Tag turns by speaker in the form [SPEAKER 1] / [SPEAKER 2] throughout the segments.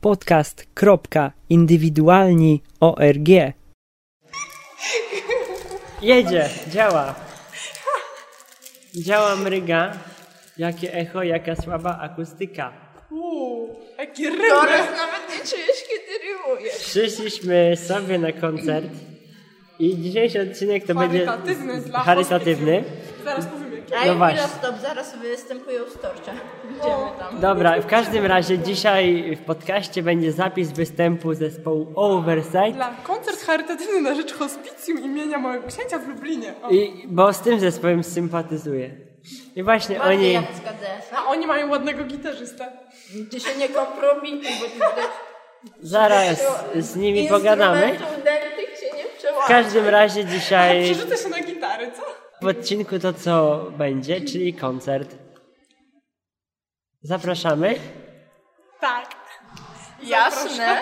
[SPEAKER 1] podcast.indywidualni.org. Jedzie, działa. Działa mryga. Jakie echo, jaka słaba akustyka.
[SPEAKER 2] Jakie rymy.
[SPEAKER 3] Teraz nawet nie czujesz, kiedy rymujesz.
[SPEAKER 1] Przyszliśmy sobie na koncert i dzisiejszy odcinek to będzie charytatywny.
[SPEAKER 2] Zaraz powiemy.
[SPEAKER 1] No właśnie.
[SPEAKER 3] Stop, zaraz występują storcze. Idziemy tam.
[SPEAKER 1] Dobra, w każdym razie dzisiaj w podcaście będzie zapis występu zespołu Oversight.
[SPEAKER 2] Koncert charytatywny na rzecz hospicjum imienia małego księcia w Lublinie.
[SPEAKER 1] Bo z tym zespołem sympatyzuję. I właśnie
[SPEAKER 3] Bardziej
[SPEAKER 1] oni...
[SPEAKER 3] jak z KDF-a.
[SPEAKER 2] A oni mają ładnego gitarzystę.
[SPEAKER 3] Ty się nie kompromituj, bo ty
[SPEAKER 1] Zaraz z nimi pogadamy.
[SPEAKER 3] Instrumentów się nie
[SPEAKER 1] W
[SPEAKER 3] przełącza.
[SPEAKER 1] każdym razie dzisiaj
[SPEAKER 2] Przerzucę się na gitary, co?
[SPEAKER 1] w odcinku to co będzie, czyli koncert. Zapraszamy.
[SPEAKER 2] Tak.
[SPEAKER 3] Jasne.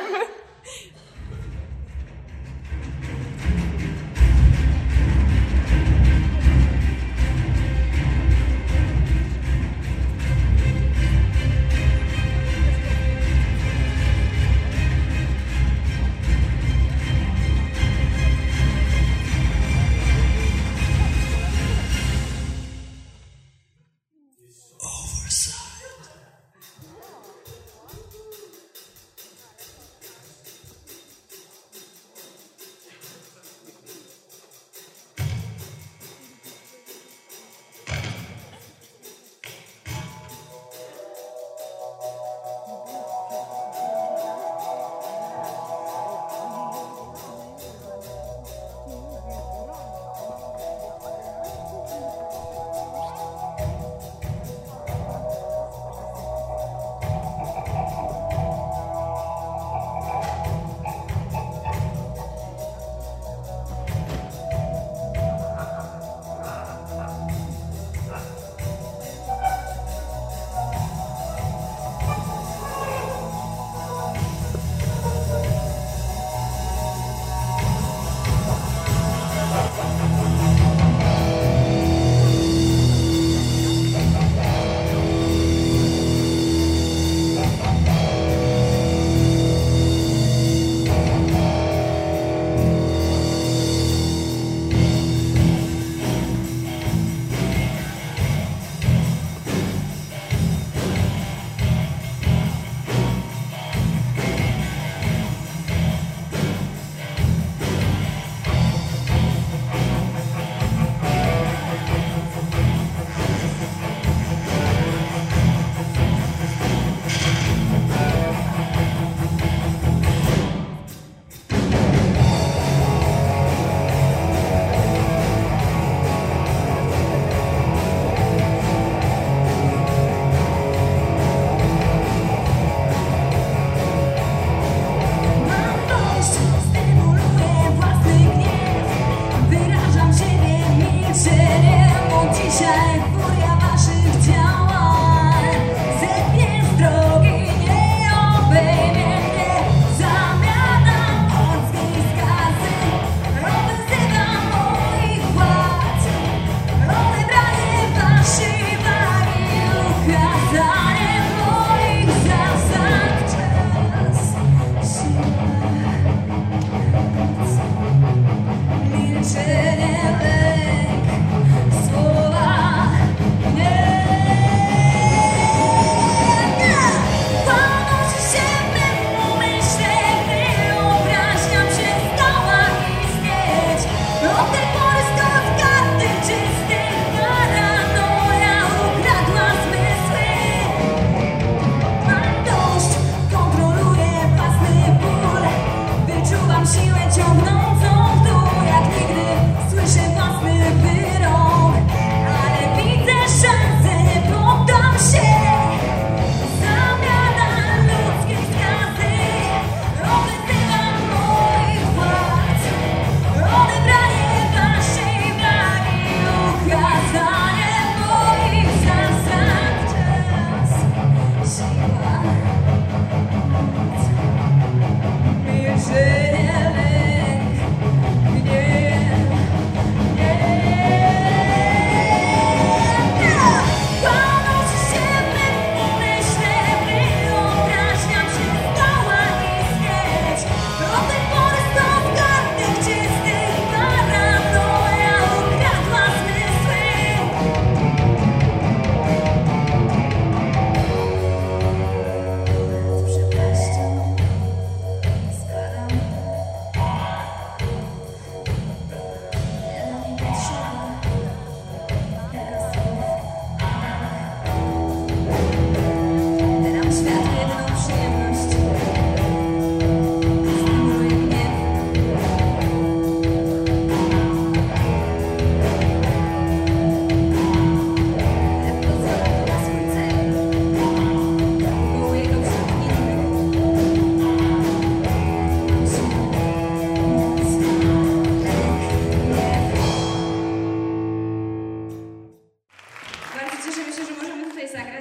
[SPEAKER 4] Słowa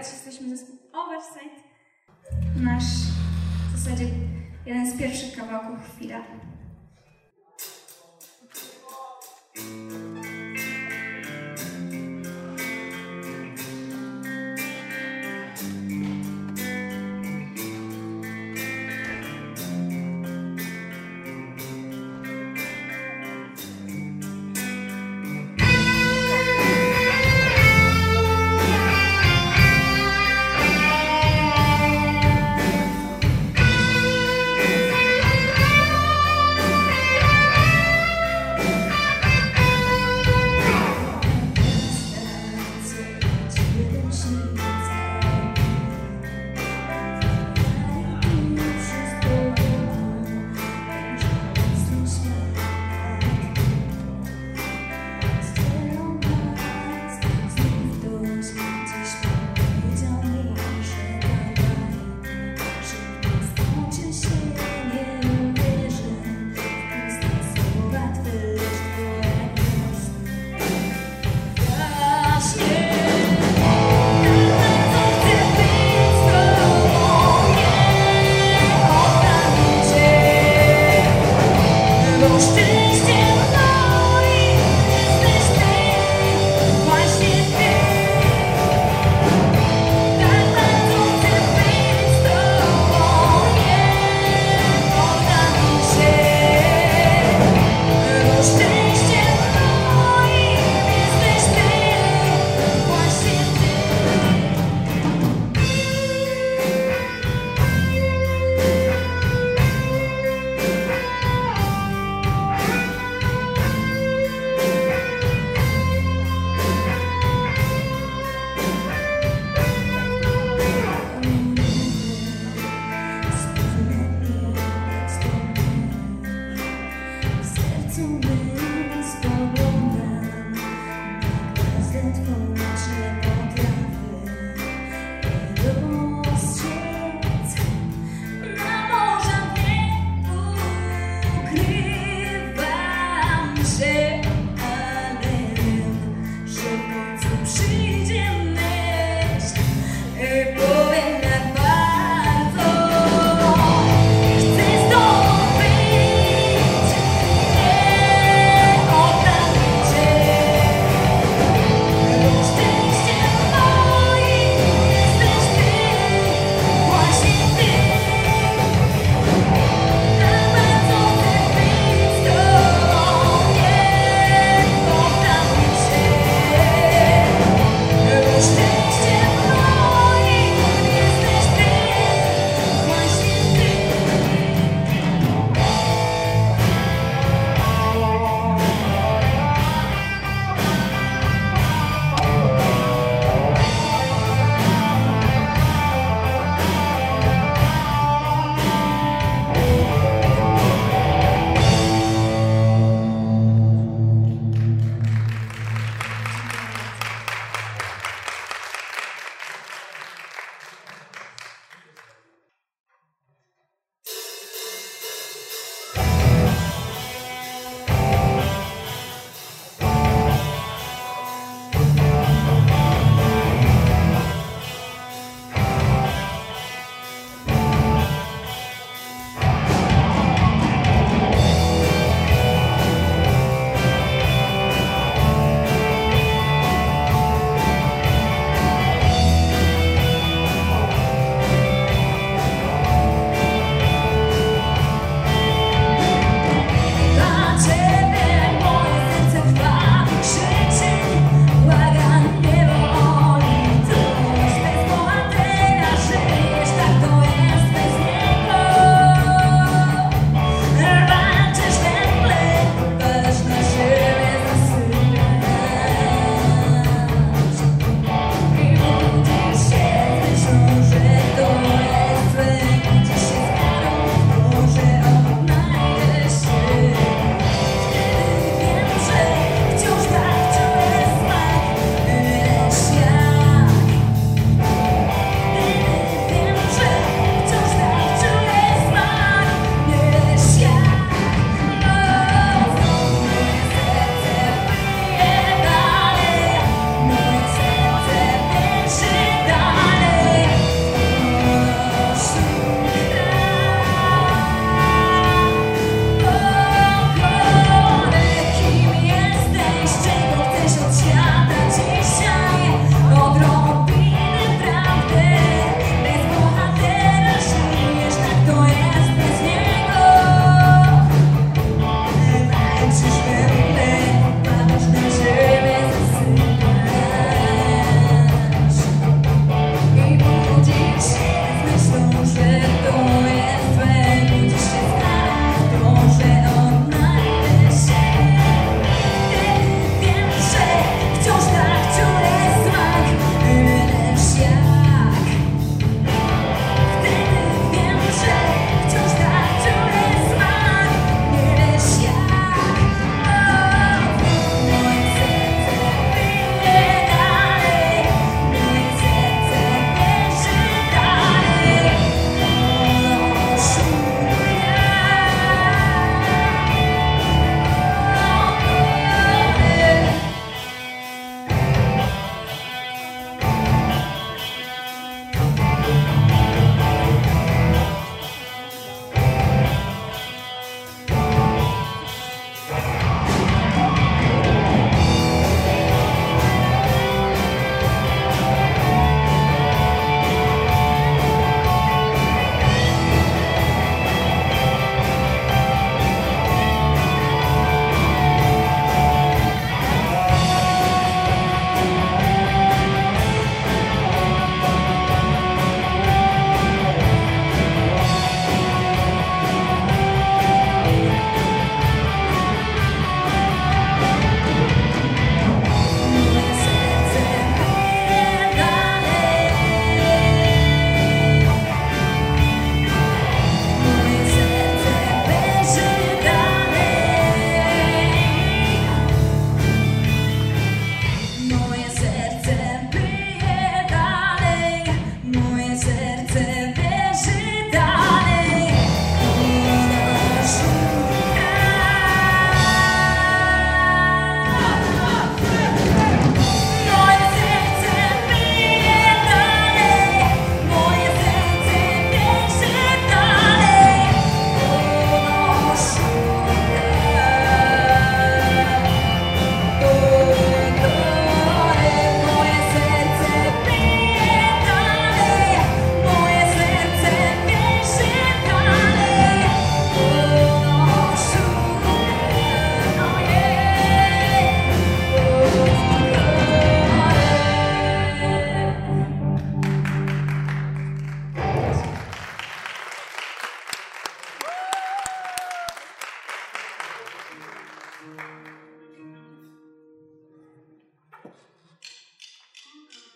[SPEAKER 4] jesteśmy zespół Oversight. Nasz w zasadzie jeden z pierwszych kawałków Chwila.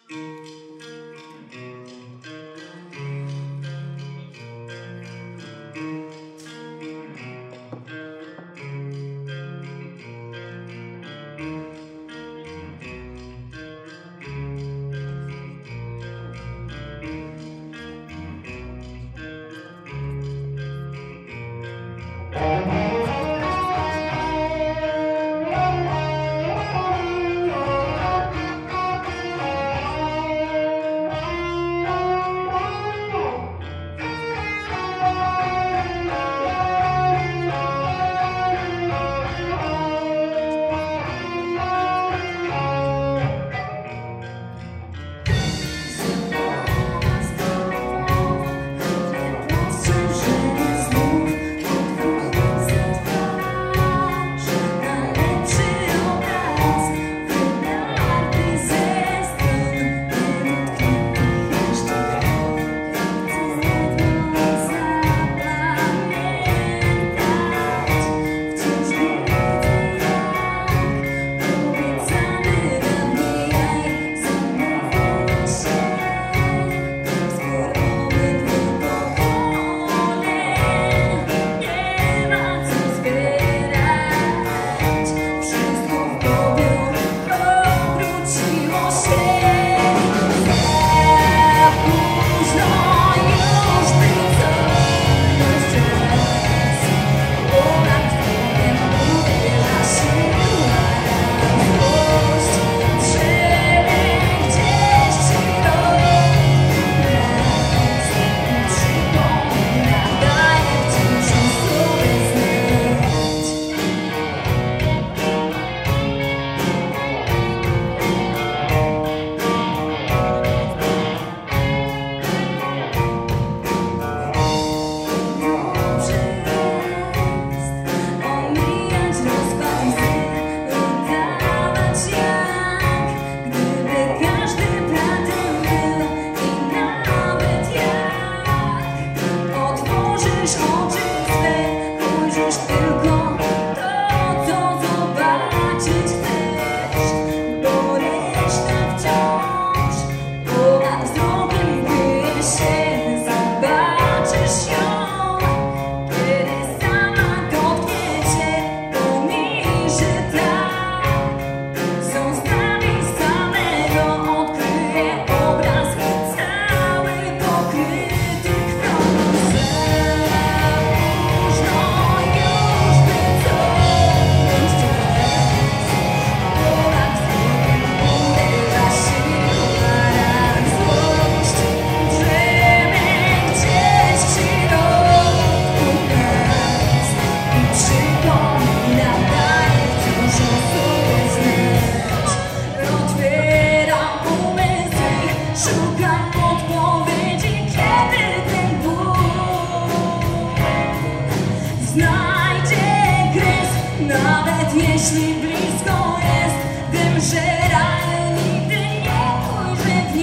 [SPEAKER 5] jeśli blisko jest, wiem, że rany nigdy nie ujrzę w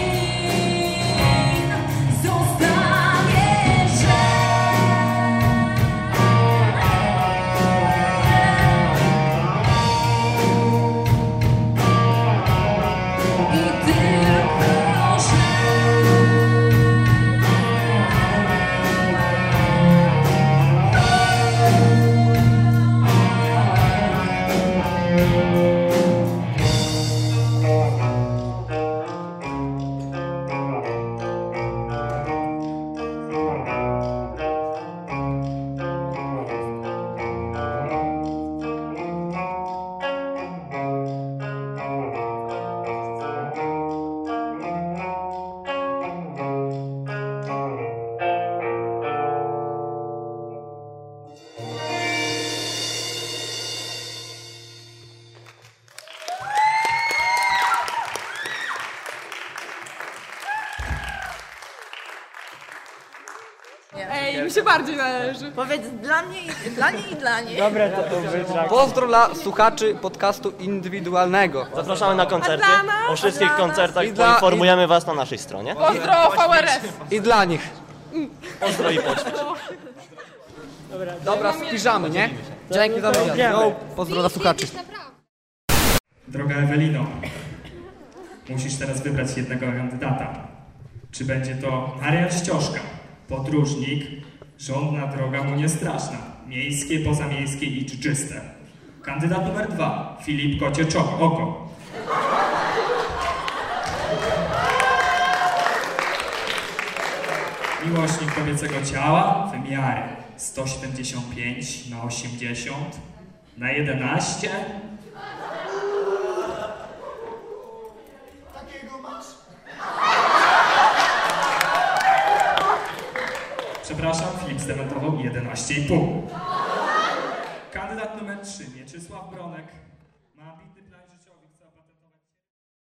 [SPEAKER 5] nim. Zostawię i tylko
[SPEAKER 2] Ej, mi się bardziej należy.
[SPEAKER 3] Powiedz dla mnie i dla niej.
[SPEAKER 1] Dobra, to wybrać.
[SPEAKER 6] Pozdro dla słuchaczy podcastu indywidualnego.
[SPEAKER 7] Zapraszamy na koncerty.
[SPEAKER 2] A dla nas?
[SPEAKER 7] O wszystkich koncertach
[SPEAKER 6] I dla-
[SPEAKER 7] poinformujemy was na naszej stronie.
[SPEAKER 2] Pozdro VRS.
[SPEAKER 6] I dla nich.
[SPEAKER 7] Pozdro i poćwicz.
[SPEAKER 6] Dobra, spiżamy, nie? Dzięki za wywiad. No, pozdro dla słuchaczy.
[SPEAKER 8] Droga Ewelino, Musisz teraz wybrać jednego kandydata. Czy będzie to Maria Ściożka, podróżnik, żądna droga mu niestraszna, miejskie, pozamiejskie i czyste. Kandydat numer 2, Filip Kocie Oko. Miłośnik kobiecego ciała, wymiary 175 na 80 na 11.
[SPEAKER 9] Takiego masz?
[SPEAKER 8] Przepraszam, Filip zdementował 11,5. Kandydat numer 3, Mieczysław Bronek.